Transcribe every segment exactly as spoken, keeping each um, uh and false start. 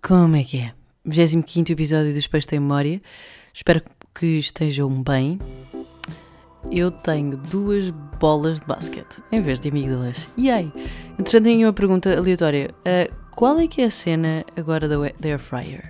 Como é que é? vigésimo quinto episódio dos Peixes Têm Memória. Espero que estejam bem. Eu tenho duas bolas de basquete em vez de amígdalas. E aí? Entretanto, tenho uma pergunta aleatória. Uh, qual é que é a cena agora da, da Air Fryer?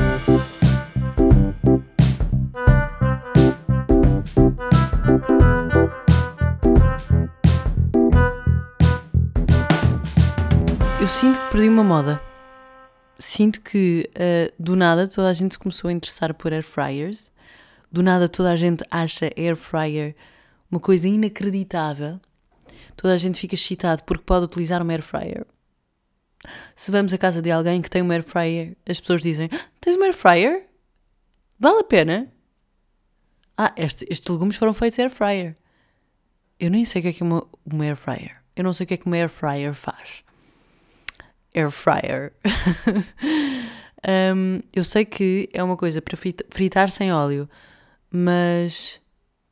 Eu sinto que perdi uma moda. Sinto que uh, do nada toda a gente se começou a interessar por air fryers. Do nada toda a gente acha air fryer uma coisa inacreditável. Toda a gente fica excitado porque pode utilizar uma air fryer. Se vamos à casa de alguém que tem uma air fryer, as pessoas dizem: ah, tens uma air fryer? Vale a pena? Ah, este, estes legumes foram feitos air fryer. Eu nem sei o que é que é uma, uma air fryer. Eu não sei o que é que uma air fryer faz. Air fryer. um, eu sei que é uma coisa para fritar sem óleo, mas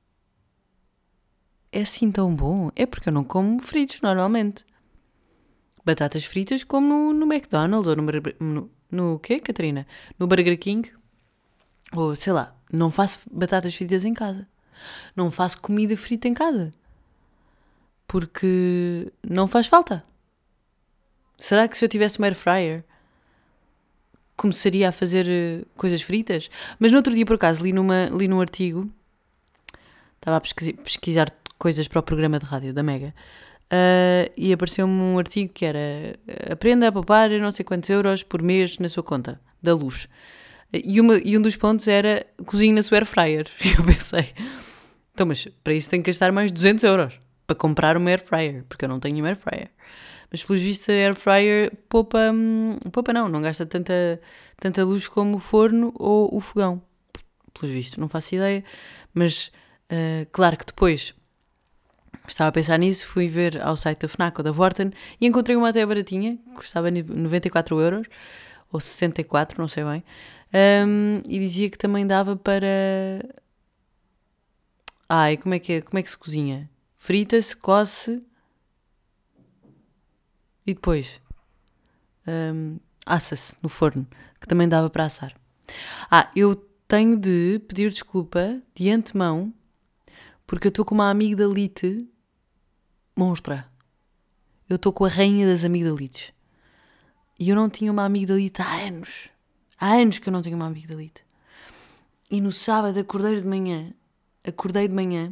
é assim tão bom? É porque eu não como fritos normalmente. Batatas fritas como no, no McDonald's ou no, no, no quê, Catarina? No Burger King. Ou sei lá, não faço batatas fritas em casa. Não faço comida frita em casa. Porque não faz falta. Será que se eu tivesse uma air fryer começaria a fazer uh, coisas fritas? Mas no outro dia, por acaso, li, numa, li num artigo, estava a pesquisar, pesquisar coisas para o programa de rádio da Mega, uh, e apareceu-me um artigo que era: aprenda a poupar não sei quantos euros por mês na sua conta da luz. E, uma, e um dos pontos era: cozinhe na sua air fryer. E eu pensei, então, mas para isso tenho que gastar mais duzentos euros para comprar uma air fryer, porque eu não tenho uma air fryer. Mas, pelos vistos, a air fryer poupa, hum, poupa não, não gasta tanta, tanta luz como o forno ou o fogão. Pelos vistos, não faço ideia. Mas, uh, claro que depois estava a pensar nisso, fui ver ao site da FNAC ou da Vorten e encontrei uma até baratinha, que custava noventa e quatro euros, ou sessenta e quatro, não sei bem, um, e dizia que também dava para... Ai, como é que, é, como é que se cozinha? Frita-se, coce... E depois um, assa-se no forno, que também dava para assar. Ah, eu tenho de pedir desculpa de antemão, porque eu estou com uma amigdalite monstra. Eu estou com a rainha das amigdalites. E eu não tinha uma amigdalite há anos. Há anos que eu não tinha uma amigdalite. E no sábado acordei de manhã, acordei de manhã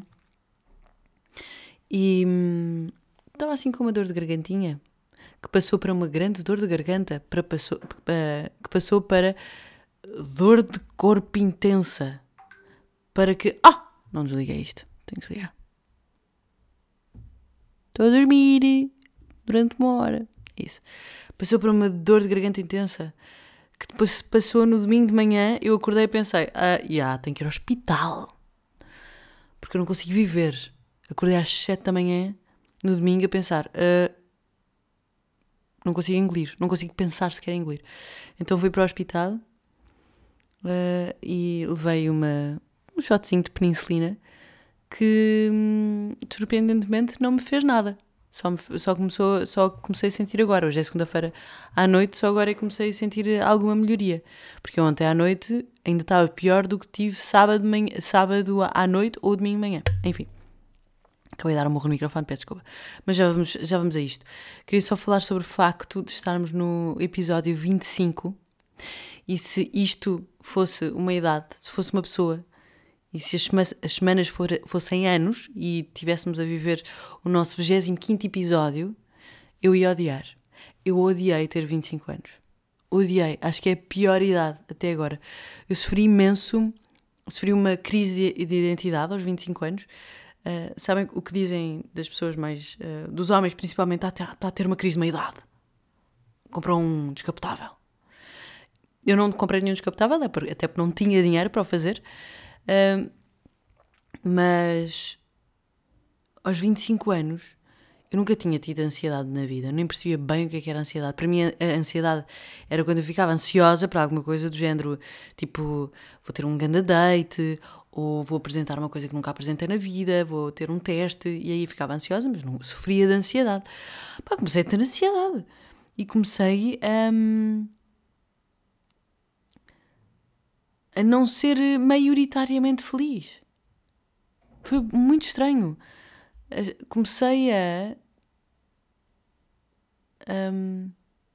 e hum, estava assim com uma dor de gargantinha, que passou para uma grande dor de garganta, para passou, para, que passou para dor de corpo intensa, para que... Ah! Não desliguei isto. Tenho que desligar. Estou a dormir durante uma hora. Isso. Passou para uma dor de garganta intensa, que depois passou no domingo de manhã. Eu acordei e pensei, ah, já, yeah, tenho que ir ao hospital, porque eu não consigo viver. Acordei às sete da manhã, no domingo, a pensar... Uh, não consigo engolir, não consigo pensar sequer em engolir. Então fui para o hospital uh, e levei uma, um shotzinho de penicilina que, hum, surpreendentemente, não me fez nada. Só, me, só, começou, só comecei a sentir agora. Hoje é segunda-feira à noite, só agora é que comecei a sentir alguma melhoria. Porque ontem à noite ainda estava pior do que tive sábado, manhã, sábado à noite ou domingo de manhã. Enfim. Acabei de dar um morro no microfone, peço desculpa. Mas já vamos, já vamos a isto. Queria só falar sobre o facto de estarmos no episódio vinte e cinco e se isto fosse uma idade, se fosse uma pessoa e se as, sema- as semanas for, fossem anos e tivéssemos a viver o nosso vigésimo quinto episódio, eu ia odiar. Eu odiei ter vinte e cinco anos. Odiei. Acho que é a pior idade até agora. Eu sofri imenso, sofri uma crise de identidade aos vinte e cinco anos. Uh, sabem o que dizem das pessoas mais... Uh, dos homens, principalmente, está a, tá a ter uma crise de meia-idade. Comprou um descapotável. Eu não comprei nenhum descapotável, até porque não tinha dinheiro para o fazer. Uh, mas aos vinte e cinco anos eu nunca tinha tido ansiedade na vida. Eu nem percebia bem o que é que era ansiedade. Para mim, a ansiedade era quando eu ficava ansiosa para alguma coisa do género, tipo, vou ter um grande date, ou vou apresentar uma coisa que nunca apresentei na vida, vou ter um teste, e aí ficava ansiosa, mas não sofria de ansiedade. Pá, comecei a ter ansiedade. E comecei a... Um, a não ser maioritariamente feliz. Foi muito estranho. Comecei a... Um,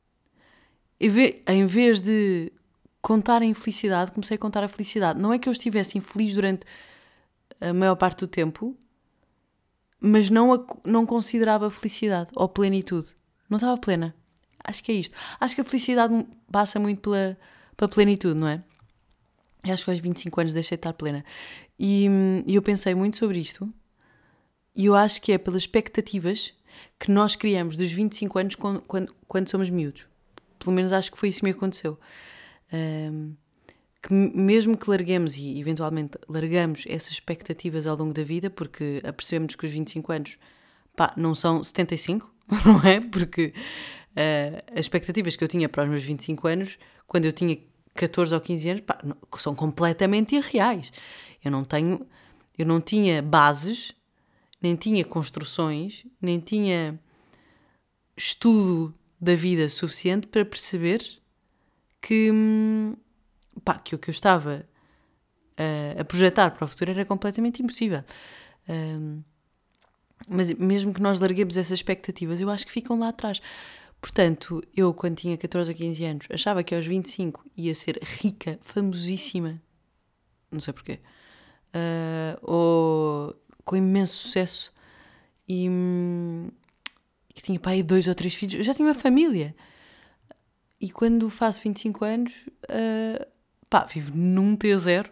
em vez de contar a infelicidade, comecei a contar a felicidade. Não é que eu estivesse infeliz durante a maior parte do tempo, mas não, a, não considerava felicidade ou plenitude. Não estava plena. Acho que é isto. Acho que a felicidade passa muito pela, pela plenitude, não é? Eu acho que aos vinte e cinco anos deixei de estar plena. E, e eu pensei muito sobre isto. E eu acho que é pelas expectativas que nós criamos dos vinte e cinco anos quando, quando, quando somos miúdos. Pelo menos acho que foi isso que me aconteceu. Um, que mesmo que larguemos e eventualmente largamos essas expectativas ao longo da vida, porque apercebemos que os vinte e cinco anos pá, não são setenta e cinco, não é? Porque uh, as expectativas que eu tinha para os meus vinte e cinco anos, quando eu tinha catorze ou quinze anos, pá, não, são completamente irreais. Eu não tenho, eu não tinha bases, nem tinha construções, nem tinha estudo da vida suficiente para perceber que, pá, que o que eu estava a, a projetar para o futuro era completamente impossível. Um, mas mesmo que nós larguemos essas expectativas, eu acho que ficam lá atrás. Portanto, eu quando tinha catorze a quinze anos achava que aos vinte e cinco ia ser rica, famosíssima, não sei porquê, uh, ou com imenso sucesso e que tinha pai dois ou três filhos, eu já tinha uma família. E quando faço vinte e cinco anos, uh, pá, vivo num T zero,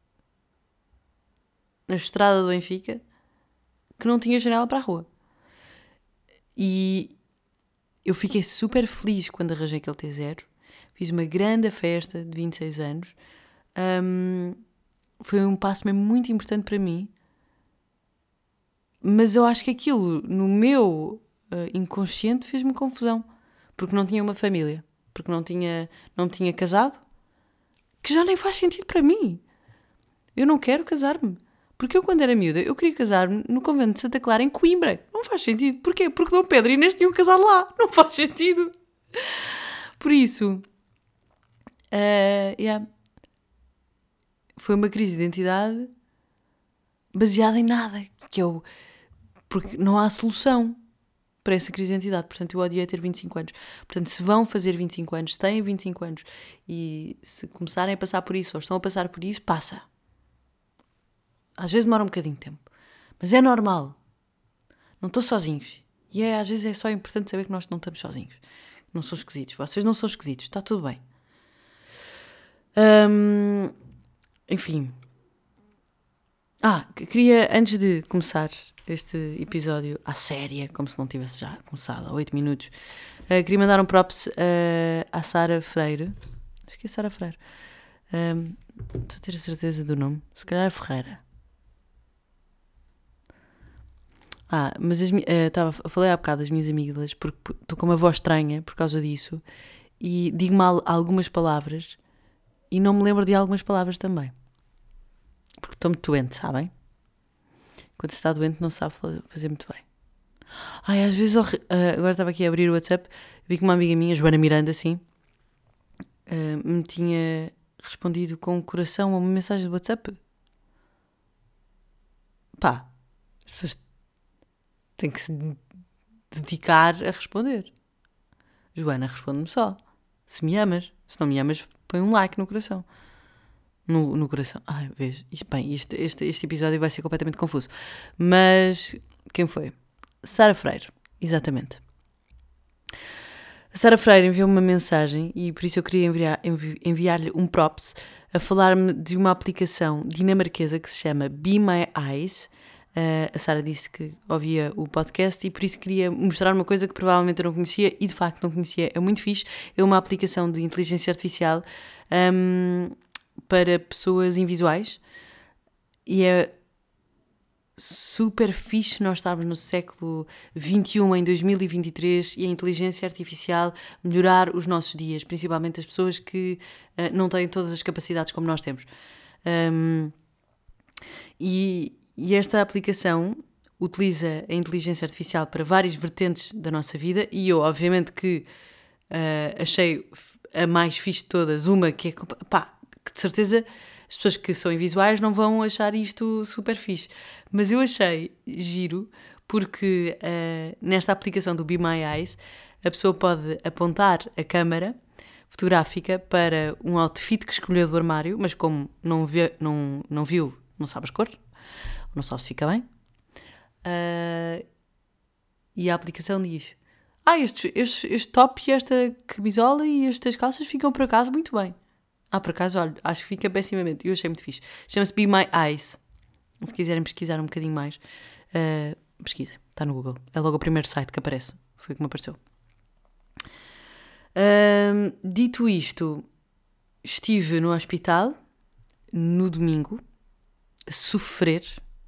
na estrada do Benfica, que não tinha janela para a rua. E eu fiquei super feliz quando arranjei aquele T zero. Fiz uma grande festa de vinte e seis anos. Um, foi um passo mesmo muito importante para mim. Mas eu acho que aquilo, no meu uh, inconsciente, fez-me confusão. Porque não tinha uma família. Porque não tinha, não tinha casado. Que já nem faz sentido para mim. Eu não quero casar-me. Porque eu, quando era miúda, eu queria casar-me no convento de Santa Clara, em Coimbra. Não faz sentido. Porquê? Porque Dom Pedro e Inês tinham casado lá. Não faz sentido. Por isso, uh, yeah. Foi uma crise de identidade baseada em nada. Que eu, porque não há solução para essa crise de identidade. Portanto, eu odiei ter vinte e cinco anos. Portanto, se vão fazer vinte e cinco anos, se têm vinte e cinco anos, e se começarem a passar por isso, ou estão a passar por isso, passa. Às vezes demora um bocadinho de tempo. Mas é normal. Não estou sozinhos. E é, às vezes é só importante saber que nós não estamos sozinhos. Não são esquisitos. Vocês não são esquisitos. Está tudo bem. Hum, enfim. Ah, queria, antes de começar este episódio à séria, como se não tivesse já começado há oito minutos, uh, queria mandar um props uh, à Sara Freire. Acho que é Sara Freire. Um, estou a ter a certeza do nome. Se calhar é Ferreira. Ah, mas as, uh, tava, falei há bocado das minhas amígdalas, porque estou com uma voz estranha por causa disso, e digo mal algumas palavras e não me lembro de algumas palavras também. Porque estou muito doente, sabem? Quando se está doente não sabe fazer muito bem. Ai, às vezes, uh, agora estava aqui a abrir o WhatsApp, vi que uma amiga minha, Joana Miranda, assim, uh, me tinha respondido com o coração a uma mensagem do WhatsApp. Pá, as pessoas têm que se dedicar a responder. Joana, responde-me só. Se me amas. Se não me amas, põe um like no coração. No, no coração. Ai, vês. Isto, bem, isto, este, este episódio vai ser completamente confuso. Mas quem foi? Sara Freire. Exatamente. A Sara Freire enviou-me uma mensagem e por isso eu queria enviar, envi, enviar-lhe um props a falar-me de uma aplicação dinamarquesa que se chama Be My Eyes. Uh, a Sara disse que ouvia o podcast e por isso queria mostrar uma coisa que provavelmente eu não conhecia e de facto não conhecia. É muito fixe. É uma aplicação de inteligência artificial um, para pessoas invisuais e é super fixe nós estarmos no século vinte e um, em dois mil e vinte e três, e a inteligência artificial melhorar os nossos dias, principalmente as pessoas que uh, não têm todas as capacidades como nós temos. Um, e, e esta aplicação utiliza a inteligência artificial para várias vertentes da nossa vida e eu, obviamente, que uh, achei a mais fixe de todas, uma que é, pá, que de certeza As pessoas que são invisuais não vão achar isto super fixe. Mas eu achei giro porque uh, nesta aplicação do Be My Eyes a pessoa pode apontar a câmara fotográfica para um outfit que escolheu do armário, mas como não, vê, não, não viu, não sabe as cores, não sabe se fica bem. Uh, e a aplicação diz: Ah, este, este, este top e esta camisola e estas calças ficam por acaso muito bem. Ah, por acaso, olha, acho que fica pessimamente. Eu achei muito fixe. Chama-se Be My Eyes. Se quiserem pesquisar um bocadinho mais, uh, pesquisem. Está no Google. É logo o primeiro site que aparece. Foi como apareceu. Uh, dito isto, estive no hospital no domingo a sofrer,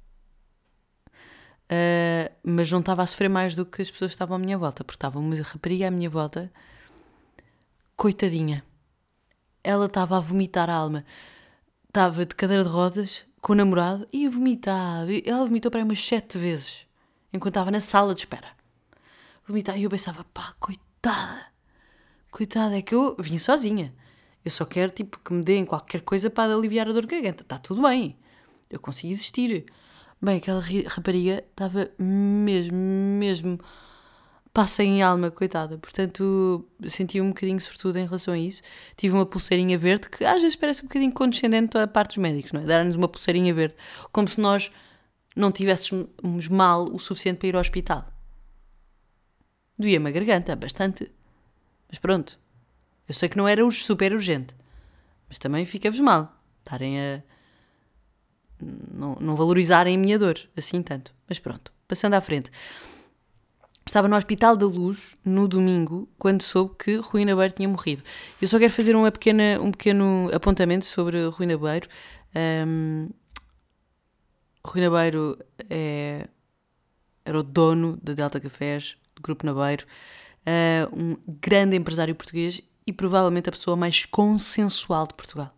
uh, mas não estava a sofrer mais do que as pessoas que estavam à minha volta, porque estava uma rapariga à minha volta, coitadinha. Ela estava a vomitar a alma. Estava de cadeira de rodas com o namorado e vomitava. Ela vomitou para aí umas sete vezes enquanto estava na sala de espera. Vomitava. E eu pensava, pá, coitada. Coitada, é que eu vim sozinha. Eu só quero, tipo, que me deem qualquer coisa para aliviar a dor de garganta. Está tudo bem. Eu consigo existir. Bem, aquela rapariga estava mesmo, mesmo... Passa em alma, coitada. Portanto, senti um bocadinho sortuda em relação a isso. Tive uma pulseirinha verde, que às vezes parece um bocadinho condescendente à parte dos médicos, não é? Dar-nos uma pulseirinha verde. Como se nós não tivéssemos mal o suficiente para ir ao hospital. Doía-me a garganta, bastante. Mas pronto. Eu sei que não era super urgente. Mas também fica-vos mal. Estarem a... Não, não valorizarem a minha dor, assim tanto. Mas pronto. Passando à frente. Estava no Hospital da Luz, no domingo, quando soube que Rui Nabeiro tinha morrido. Eu só quero fazer uma pequena, um pequeno apontamento sobre Rui Nabeiro. Um, Rui Nabeiro é, era o dono da Delta Cafés, do Grupo Nabeiro, uh, um grande empresário português e provavelmente a pessoa mais consensual de Portugal.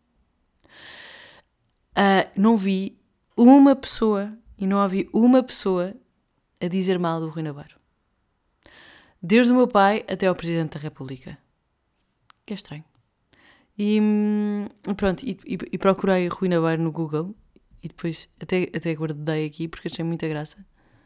Uh, não vi uma pessoa, e não ouvi uma pessoa a dizer mal do Rui Nabeiro. Desde o meu pai até ao Presidente da República. Que é estranho. E pronto, e, e, e procurei Rui Nabeiro no Google e depois até, até guardei aqui porque achei muita graça.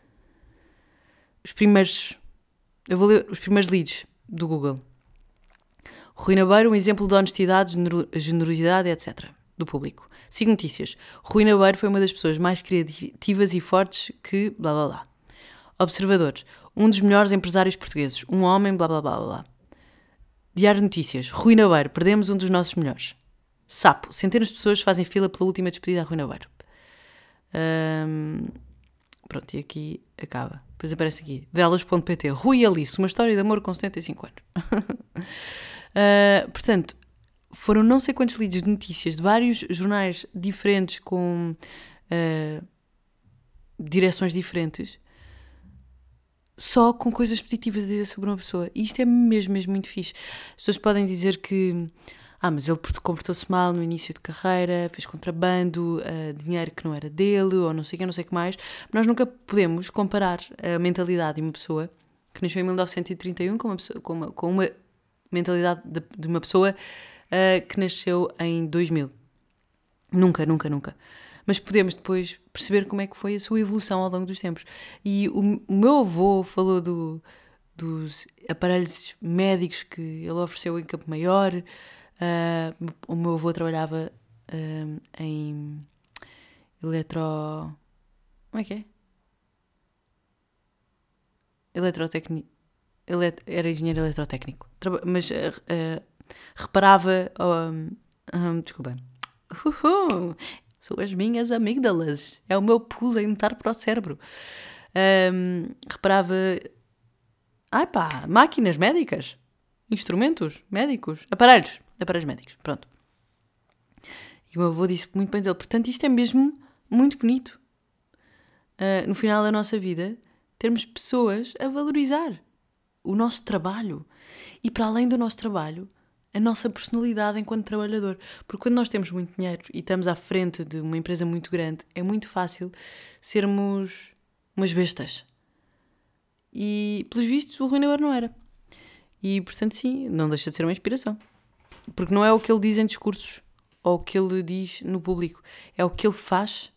Os primeiros... Eu vou ler os primeiros leads do Google. Rui Nabeiro, um exemplo de honestidade, generosidade, etcétera do público. Cinco notícias. Rui Nabeiro foi uma das pessoas mais criativas e fortes que... blá blá blá. Observador. Um dos melhores empresários portugueses. Um homem, blá blá blá blá. Diário de Notícias. Rui Nabeiro. Perdemos um dos nossos melhores. Sapo. Centenas de pessoas fazem fila pela última despedida a Rui Nabeiro. Um, pronto, e aqui acaba. Depois aparece aqui. Delas ponto pt. Rui e Alice. Uma história de amor com setenta e cinco anos. uh, portanto, foram não sei quantos leads de notícias de vários jornais diferentes com uh, direções diferentes, só com coisas positivas a dizer sobre uma pessoa. E isto é mesmo, mesmo muito fixe. As pessoas podem dizer que ah, mas ele comportou-se mal no início de carreira, fez contrabando, uh, dinheiro que não era dele, ou não sei o que, não sei o que mais. Nós nunca podemos comparar a mentalidade de uma pessoa que nasceu em mil novecentos e trinta e um com uma, pessoa, com uma, com uma mentalidade de, de uma pessoa uh, que nasceu em dois mil. Nunca, nunca, nunca. Mas podemos depois perceber como é que foi a sua evolução ao longo dos tempos. E o, o meu avô falou do, dos aparelhos médicos que ele ofereceu em Campo Maior. Uh, o meu avô trabalhava uh, em eletro... Como é que é? Eletrotecni... Elet... Era engenheiro eletrotécnico. Traba... Mas uh, uh, reparava... Um, um, desculpa. Uhul. São as minhas amígdalas. É o meu pulso a entrar para o cérebro. Um, reparava... Ai pá, máquinas médicas. Instrumentos médicos. Aparelhos. Aparelhos médicos. Pronto. E o meu avô disse muito bem dele. Portanto, isto é mesmo muito bonito. Uh, no final da nossa vida, termos pessoas a valorizar o nosso trabalho. E para além do nosso trabalho, a nossa personalidade enquanto trabalhador. Porque quando nós temos muito dinheiro e estamos à frente de uma empresa muito grande, é muito fácil sermos umas bestas. E, pelos vistos, o Rui Nabeiro não era. E, portanto, sim, não deixa de ser uma inspiração. Porque não é o que ele diz em discursos ou o que ele diz no público. É o que ele faz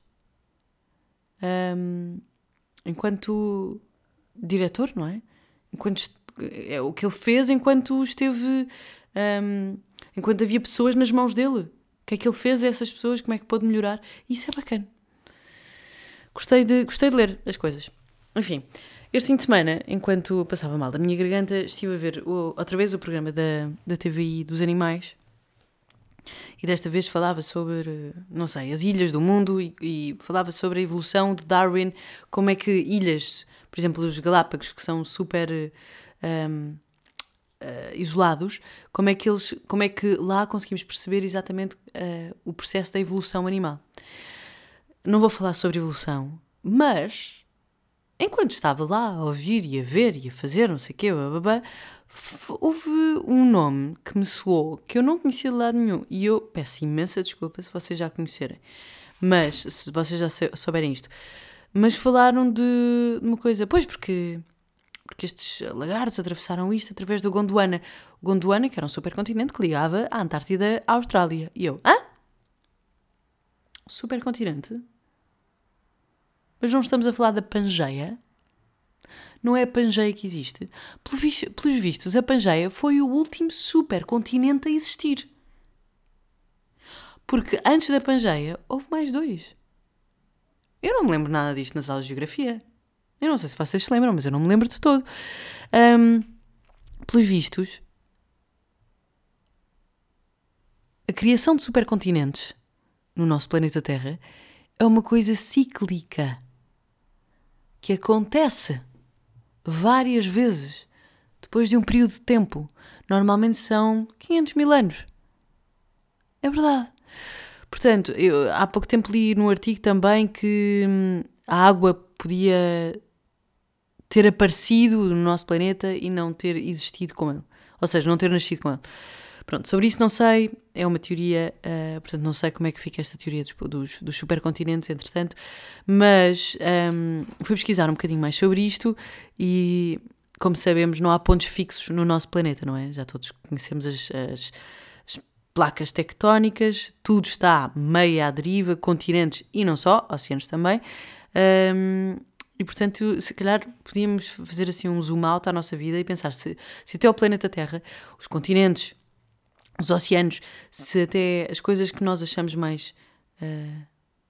um, enquanto diretor, não é? Enquanto, é o que ele fez enquanto esteve... Um, enquanto havia pessoas nas mãos dele. O que é que ele fez a essas pessoas? Como é que pode melhorar? Isso é bacana. Gostei de, gostei de ler as coisas. Enfim, este fim de semana, enquanto passava mal da minha garganta, estive a ver o, outra vez o programa da, da T V I dos animais. E desta vez falava sobre, não sei, as ilhas do mundo e, e falava sobre a evolução de Darwin, como é que ilhas, por exemplo, os Galápagos, que são super um, uh, isolados, como é, que eles, como é que lá conseguimos perceber exatamente uh, o processo da evolução animal. Não vou falar sobre evolução, mas enquanto estava lá a ouvir e a ver e a fazer não sei o quê, bababá, houve um nome que me soou, que eu não conhecia de lado nenhum, e eu peço imensa desculpa se vocês já conhecerem, mas se vocês já souberem isto, mas falaram de uma coisa, pois porque, porque estes lagartos atravessaram isto através do Gondwana, o Gondwana, que era um supercontinente que ligava a Antártida à Austrália, e eu, hã? Supercontinente? Mas não estamos a falar da Pangeia? Não é a Pangeia que existe? Pelos vistos, a Pangeia foi o último supercontinente a existir. Porque antes da Pangeia, houve mais dois. Eu não me lembro nada disto nas aulas de geografia. Eu não sei se vocês se lembram, mas eu não me lembro de todo. Um, pelos vistos, a criação de supercontinentes no nosso planeta Terra é uma coisa cíclica que acontece várias vezes depois de um período de tempo. Normalmente são quinhentos mil anos. É verdade. Portanto, eu há pouco tempo li num artigo também que hum, a água podia ter aparecido no nosso planeta e não ter existido com ele. Ou seja, não ter nascido com ele. Pronto, sobre isso não sei, é uma teoria, uh, portanto não sei como é que fica esta teoria dos, dos, dos supercontinentes, entretanto, mas um, fui pesquisar um bocadinho mais sobre isto e, como sabemos, não há pontos fixos no nosso planeta, não é? Já todos conhecemos as, as, as placas tectónicas, tudo está meio à deriva, continentes e não só, oceanos também, um, e portanto, se calhar podíamos fazer assim um zoom out à nossa vida e pensar se, se até o planeta Terra, os continentes, os oceanos, se até as coisas que nós achamos mais uh,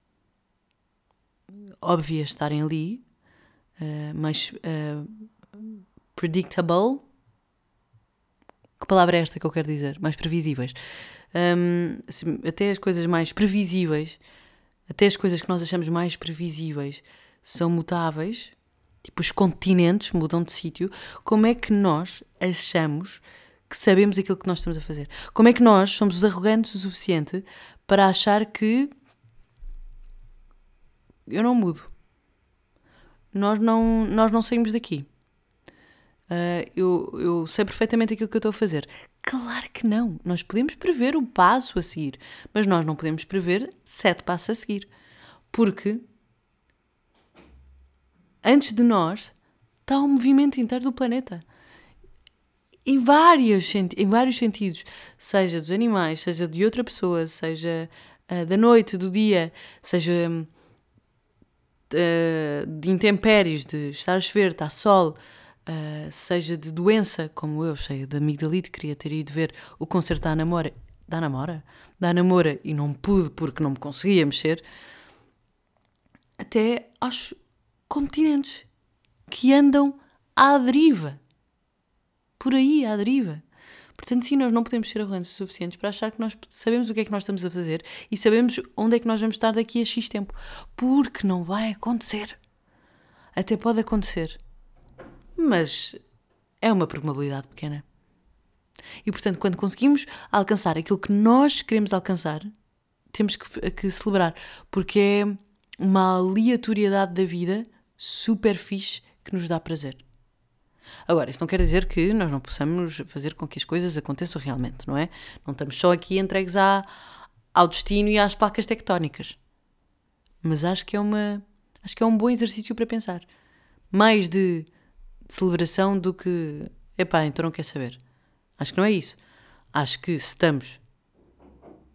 óbvias estarem ali, uh, mais uh, predictable, que palavra é esta que eu quero dizer? Mais previsíveis. Um, assim, até as coisas mais previsíveis, até as coisas que nós achamos mais previsíveis são mutáveis, tipo os continentes mudam de sítio, como é que nós achamos que sabemos aquilo que nós estamos a fazer? Como é que nós somos os arrogantes o suficiente para achar que eu não mudo? Nós não, nós não saímos daqui. Uh, eu, eu sei perfeitamente aquilo que eu estou a fazer. Claro que não. Nós podemos prever o passo a seguir, mas nós não podemos prever sete passos a seguir. Porque antes de nós está o movimento inteiro do planeta. Em vários, em vários sentidos, seja dos animais, seja de outra pessoa, seja uh, da noite, do dia, seja uh, de intempéries, de estar a chover, estar sol, uh, seja de doença, como eu, cheia de amigdalite, queria ter ido ver o concerto da Namora, da Namora, da Namora e não pude porque não me conseguia mexer, até aos continentes que andam à deriva. Por aí, à deriva. Portanto, sim, nós não podemos ser arrogantes o suficientes para achar que nós sabemos o que é que nós estamos a fazer e sabemos onde é que nós vamos estar daqui a X tempo. Porque não vai acontecer. Até pode acontecer. Mas é uma probabilidade pequena. E, portanto, quando conseguimos alcançar aquilo que nós queremos alcançar, temos que, que celebrar. Porque é uma aleatoriedade da vida super fixe que nos dá prazer. Agora, isto não quer dizer que nós não possamos fazer com que as coisas aconteçam realmente, não é? Não estamos só aqui entregues à, ao destino e às placas tectónicas. Mas acho que é uma, acho que é um bom exercício para pensar. Mais de, de celebração do que, epá, então não quer saber. Acho que não é isso. Acho que se estamos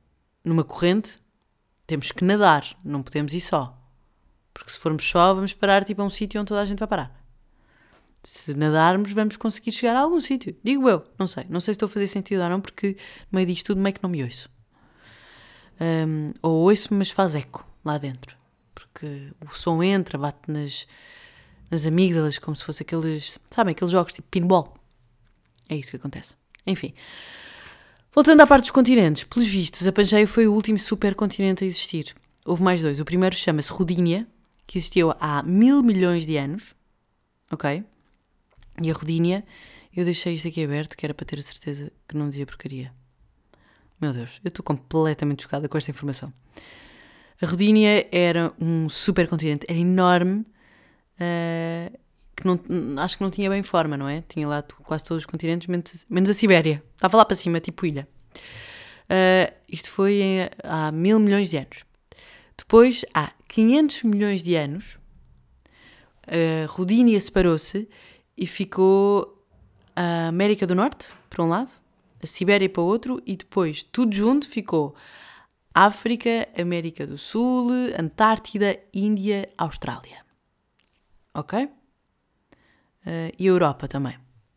numa corrente, temos que nadar, não podemos ir só. Porque se formos só, vamos parar tipo a um sítio onde toda a gente vai parar. Se nadarmos, vamos conseguir chegar a algum sítio. Digo eu, não sei. Não sei se estou a fazer sentido ou não, porque no meio disto tudo meio que não me ouço. Um, ou ouço, mas faz eco lá dentro. Porque o som entra, bate nas, nas amígdalas, como se fosse aqueles, sabem, aqueles jogos tipo pinball. É isso que acontece. Enfim. Voltando à parte dos continentes, pelos vistos, a Pangeia foi o último supercontinente a existir. Houve mais dois. O primeiro chama-se Rodinia, que existiu há mil milhões de anos. Ok? E a Rodinia, eu deixei isto aqui aberto, que era para ter a certeza que não dizia porcaria. Meu Deus, eu estou completamente chocada com esta informação. A Rodinia era um supercontinente, era enorme, uh, que não, acho que não tinha bem forma, não é? Tinha lá quase todos os continentes, menos, menos a Sibéria. Estava lá para cima, tipo ilha. Uh, isto foi em, há mil milhões de anos. Depois, há quinhentos milhões de anos, a Rodinia separou-se e ficou a América do Norte, para um lado, a Sibéria para o outro, e depois, tudo junto, ficou África, América do Sul, Antártida, Índia, Austrália. Ok? Uh, e Europa também.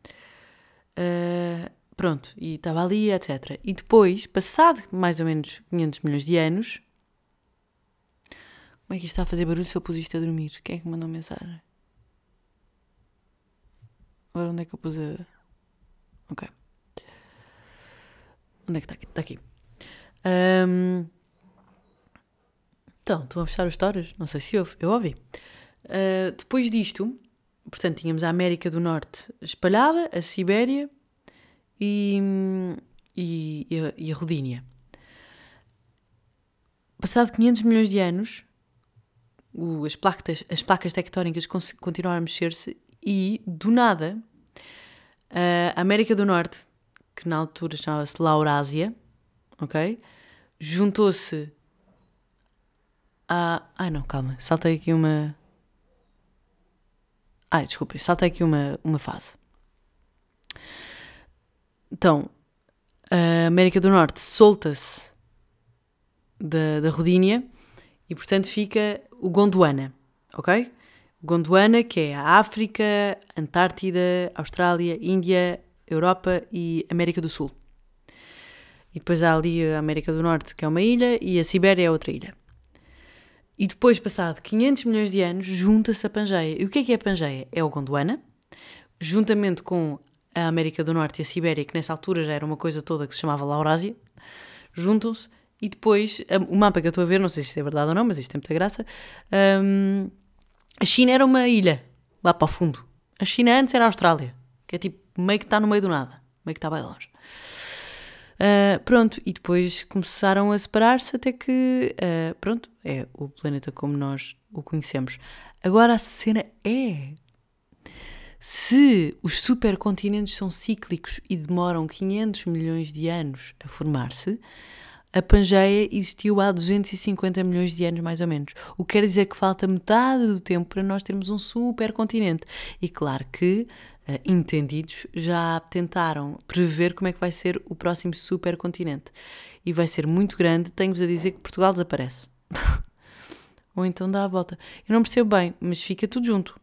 Uh, pronto, e estava ali, etcétera. E depois, passado mais ou menos quinhentos milhões de anos... Como é que isto está a fazer barulho se eu pus isto a dormir? Quem é que me mandou mensagem? Agora onde é que eu pus a... Ok. Onde é que está aqui? Está aqui. Um... Então, estão a fechar os stories? Não sei se houve. Eu ouvi. Uh, depois disto, portanto, tínhamos a América do Norte espalhada, a Sibéria e, e, e, a, e a Rodinia. Passado quinhentos milhões de anos, o, as, placas, as placas tectónicas continuaram a mexer-se e, do nada, a América do Norte, que na altura chamava-se Laurásia, ok? Juntou-se a... Ai não, calma, saltei aqui uma... Ai, desculpe, saltei aqui uma, uma fase. Então, a América do Norte solta-se da, da Rodinia e, portanto, fica o Gondwana, ok? O Gondwana, que é a África, Antártida, Austrália, Índia, Europa e América do Sul. E depois há ali a América do Norte, que é uma ilha, e a Sibéria é outra ilha. E depois, passado quinhentos milhões de anos, junta-se a Pangeia. E o que é que é a Pangeia? É o Gondwana, juntamente com a América do Norte e a Sibéria, que nessa altura já era uma coisa toda que se chamava Laurásia, juntam-se e depois, o mapa que eu estou a ver, não sei se isto é verdade ou não, mas isto tem muita graça, um, a China era uma ilha, lá para o fundo. A China antes era a Austrália, que é tipo, meio que está no meio do nada, meio que está bem longe. Uh, pronto, e depois começaram a separar-se até que, uh, pronto, é o planeta como nós o conhecemos. Agora a cena é, se os supercontinentes são cíclicos e demoram quinhentos milhões de anos a formar-se, a Pangeia existiu há duzentos e cinquenta milhões de anos, mais ou menos. O que quer dizer que falta metade do tempo para nós termos um supercontinente. E claro que uh, entendidos já tentaram prever como é que vai ser o próximo supercontinente. E vai ser muito grande, tenho-vos a dizer que Portugal desaparece. Ou então dá a volta. Eu não percebo bem, mas fica tudo junto.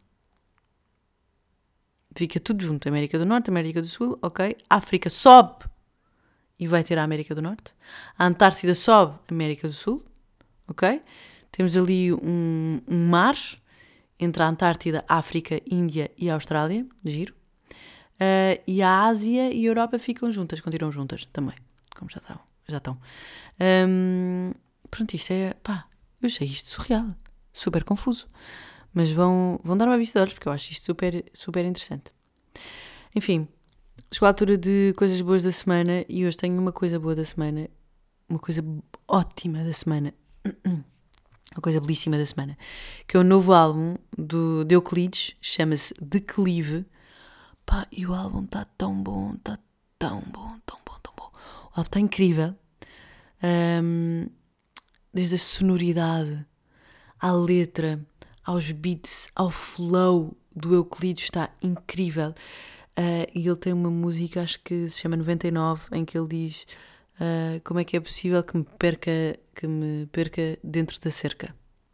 Fica tudo junto. América do Norte, América do Sul, ok. África sobe e vai ter a América do Norte. A Antártida sobe, América do Sul, ok? Temos ali um, um mar entre a Antártida, África, Índia e a Austrália, giro. Uh, e a Ásia e a Europa ficam juntas, continuam juntas também, como já estão. Já estão. Um, pronto, isto é, pá, eu achei isto surreal, super confuso. Mas vão, vão dar uma vista de olhos, porque eu acho isto super, super interessante. Enfim, chegou a altura de coisas boas da semana e hoje tenho uma coisa boa da semana, uma coisa ótima da semana, uma coisa belíssima da semana, que é o novo álbum do, de Euclides, chama-se Declive. Pá, e o álbum está tão bom, está tão bom, tão bom, tão bom. O álbum está incrível, um, desde a sonoridade, à letra, aos beats, ao flow do Euclides, está incrível. Uh, e ele tem uma música, acho que se chama noventa e nove, em que ele diz Uh, como é que é possível que me perca, que me perca dentro da cerca?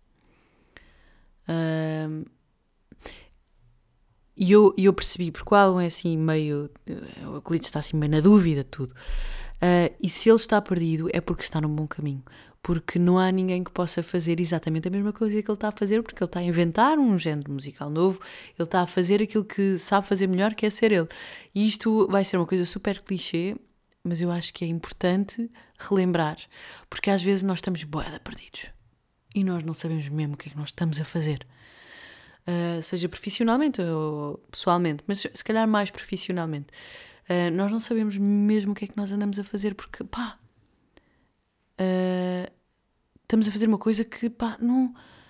Uh, e eu, eu percebi, porque o álbum é assim meio... O Euclides está assim meio na dúvida de tudo. Uh, e se ele está perdido é porque está num bom caminho. Porque não há ninguém que possa fazer exatamente a mesma coisa que ele está a fazer, porque ele está a inventar um género musical novo, ele está a fazer aquilo que sabe fazer melhor, que é ser ele. E isto vai ser uma coisa super clichê, mas eu acho que é importante relembrar, porque às vezes nós estamos boeda perdidos e nós não sabemos mesmo o que é que nós estamos a fazer. Uh, seja profissionalmente ou pessoalmente, mas se calhar mais profissionalmente. Uh, nós não sabemos mesmo o que é que nós andamos a fazer, porque pá, uh, estamos a fazer uma coisa que pá, não,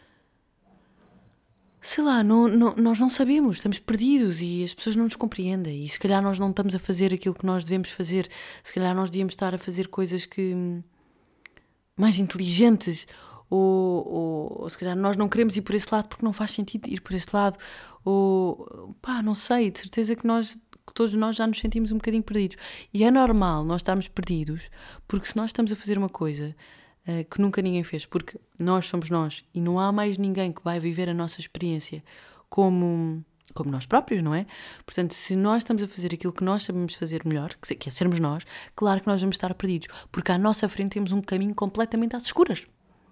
sei lá, não, não, nós não sabemos, estamos perdidos e as pessoas não nos compreendem e se calhar nós não estamos a fazer aquilo que nós devemos fazer, se calhar nós devíamos estar a fazer coisas que mais inteligentes. Ou, ou, ou se calhar nós não queremos ir por esse lado porque não faz sentido ir por esse lado, ou pá, não sei, de certeza que nós, que todos nós já nos sentimos um bocadinho perdidos. E é normal nós estarmos perdidos, porque se nós estamos a fazer uma coisa uh, que nunca ninguém fez, porque nós somos nós e não há mais ninguém que vai viver a nossa experiência como, como nós próprios, não é? Portanto, se nós estamos a fazer aquilo que nós sabemos fazer melhor, que é sermos nós, claro que nós vamos estar perdidos, porque à nossa frente temos um caminho completamente às escuras.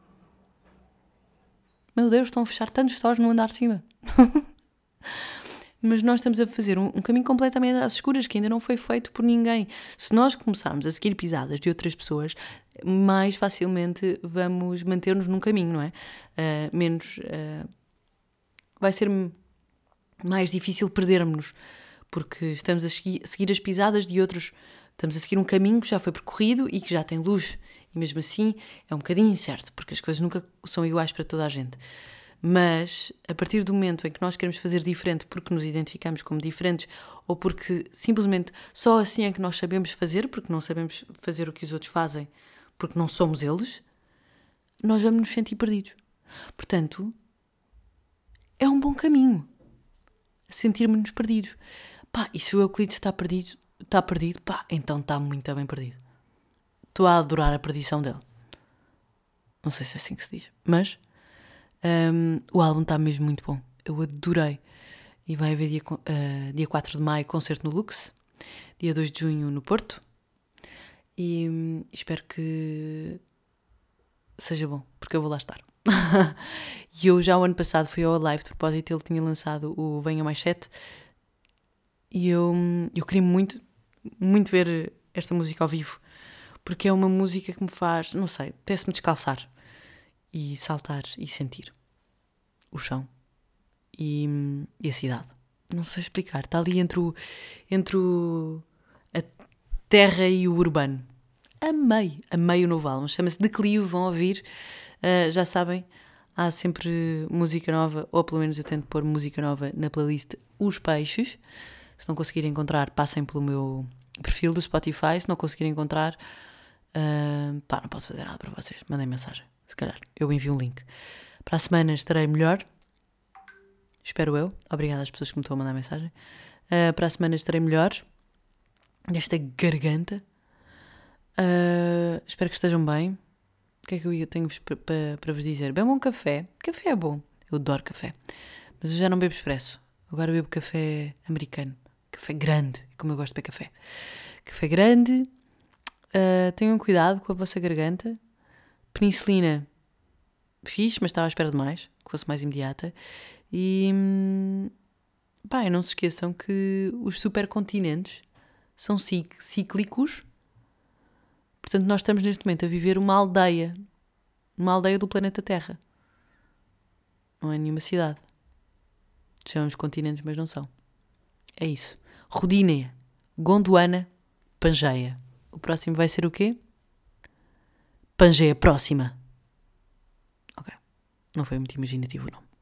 Meu Deus, estão a fechar tantos stores no andar de cima. Mas nós estamos a fazer um, um caminho completamente às escuras que ainda não foi feito por ninguém. Se nós começarmos a seguir pisadas de outras pessoas, mais facilmente vamos manter-nos num caminho, não é? Uh, menos... Uh, vai ser mais difícil perdermos-nos, porque estamos a seguir, a seguir as pisadas de outros. Estamos a seguir um caminho que já foi percorrido e que já tem luz. E mesmo assim é um bocadinho incerto, porque as coisas nunca são iguais para toda a gente. Mas a partir do momento em que nós queremos fazer diferente porque nos identificamos como diferentes ou porque simplesmente só assim é que nós sabemos fazer, porque não sabemos fazer o que os outros fazem, porque não somos eles, nós vamos nos sentir perdidos. Portanto, é um bom caminho sentirmos-nos perdidos. Pá, e se o Euclides está perdido, está perdido, pá, então está muito bem perdido. Estou a adorar a perdição dele. Não sei se é assim que se diz. Mas um, o álbum está mesmo muito bom. Eu adorei. E vai haver dia, uh, dia quatro de maio concerto no Lux. Dia dois de junho no Porto. E um, espero que seja bom. Porque eu vou lá estar. E eu já o ano passado fui ao live de propósito. Ele tinha lançado o Venha Mais Sete. E eu, eu queria muito, muito ver esta música ao vivo. Porque é uma música que me faz, não sei, apetece-me descalçar e saltar e sentir o chão e, e a cidade. Não sei explicar, está ali entre, o, entre o, a terra e o urbano. Amei, amei o novo álbum, chama-se Declive, vão ouvir, uh, já sabem, há sempre música nova, ou pelo menos eu tento pôr música nova na playlist Os Peixes. Se não conseguirem encontrar, passem pelo meu perfil do Spotify, se não conseguirem encontrar... Uh, pá, não posso fazer nada para vocês. Mandem mensagem, se calhar eu envio um link. Para a semana estarei melhor, espero eu. Obrigada às pessoas que me estão a mandar mensagem. Uh, para a semana estarei melhor desta garganta. Uh, espero que estejam bem. O que é que eu tenho para, para, para vos dizer? Bebam um café. Café é bom, eu adoro café, mas eu já não bebo expresso. Agora bebo café americano, café grande, como eu gosto de beber café. Café grande. Uh, tenham cuidado com a vossa garganta. Penicilina fiz, mas estava à espera de mais, que fosse mais imediata. E hum, pá, não se esqueçam que os supercontinentes são cíclicos. Portanto, nós estamos neste momento a viver uma aldeia, uma aldeia do planeta Terra. Não é nenhuma cidade. Chamamos continentes, mas não são. É isso. Rodinéia, Gondwana, Pangeia. O próximo vai ser o quê? Pangeia Próxima. Ok. Não foi muito imaginativo o nome.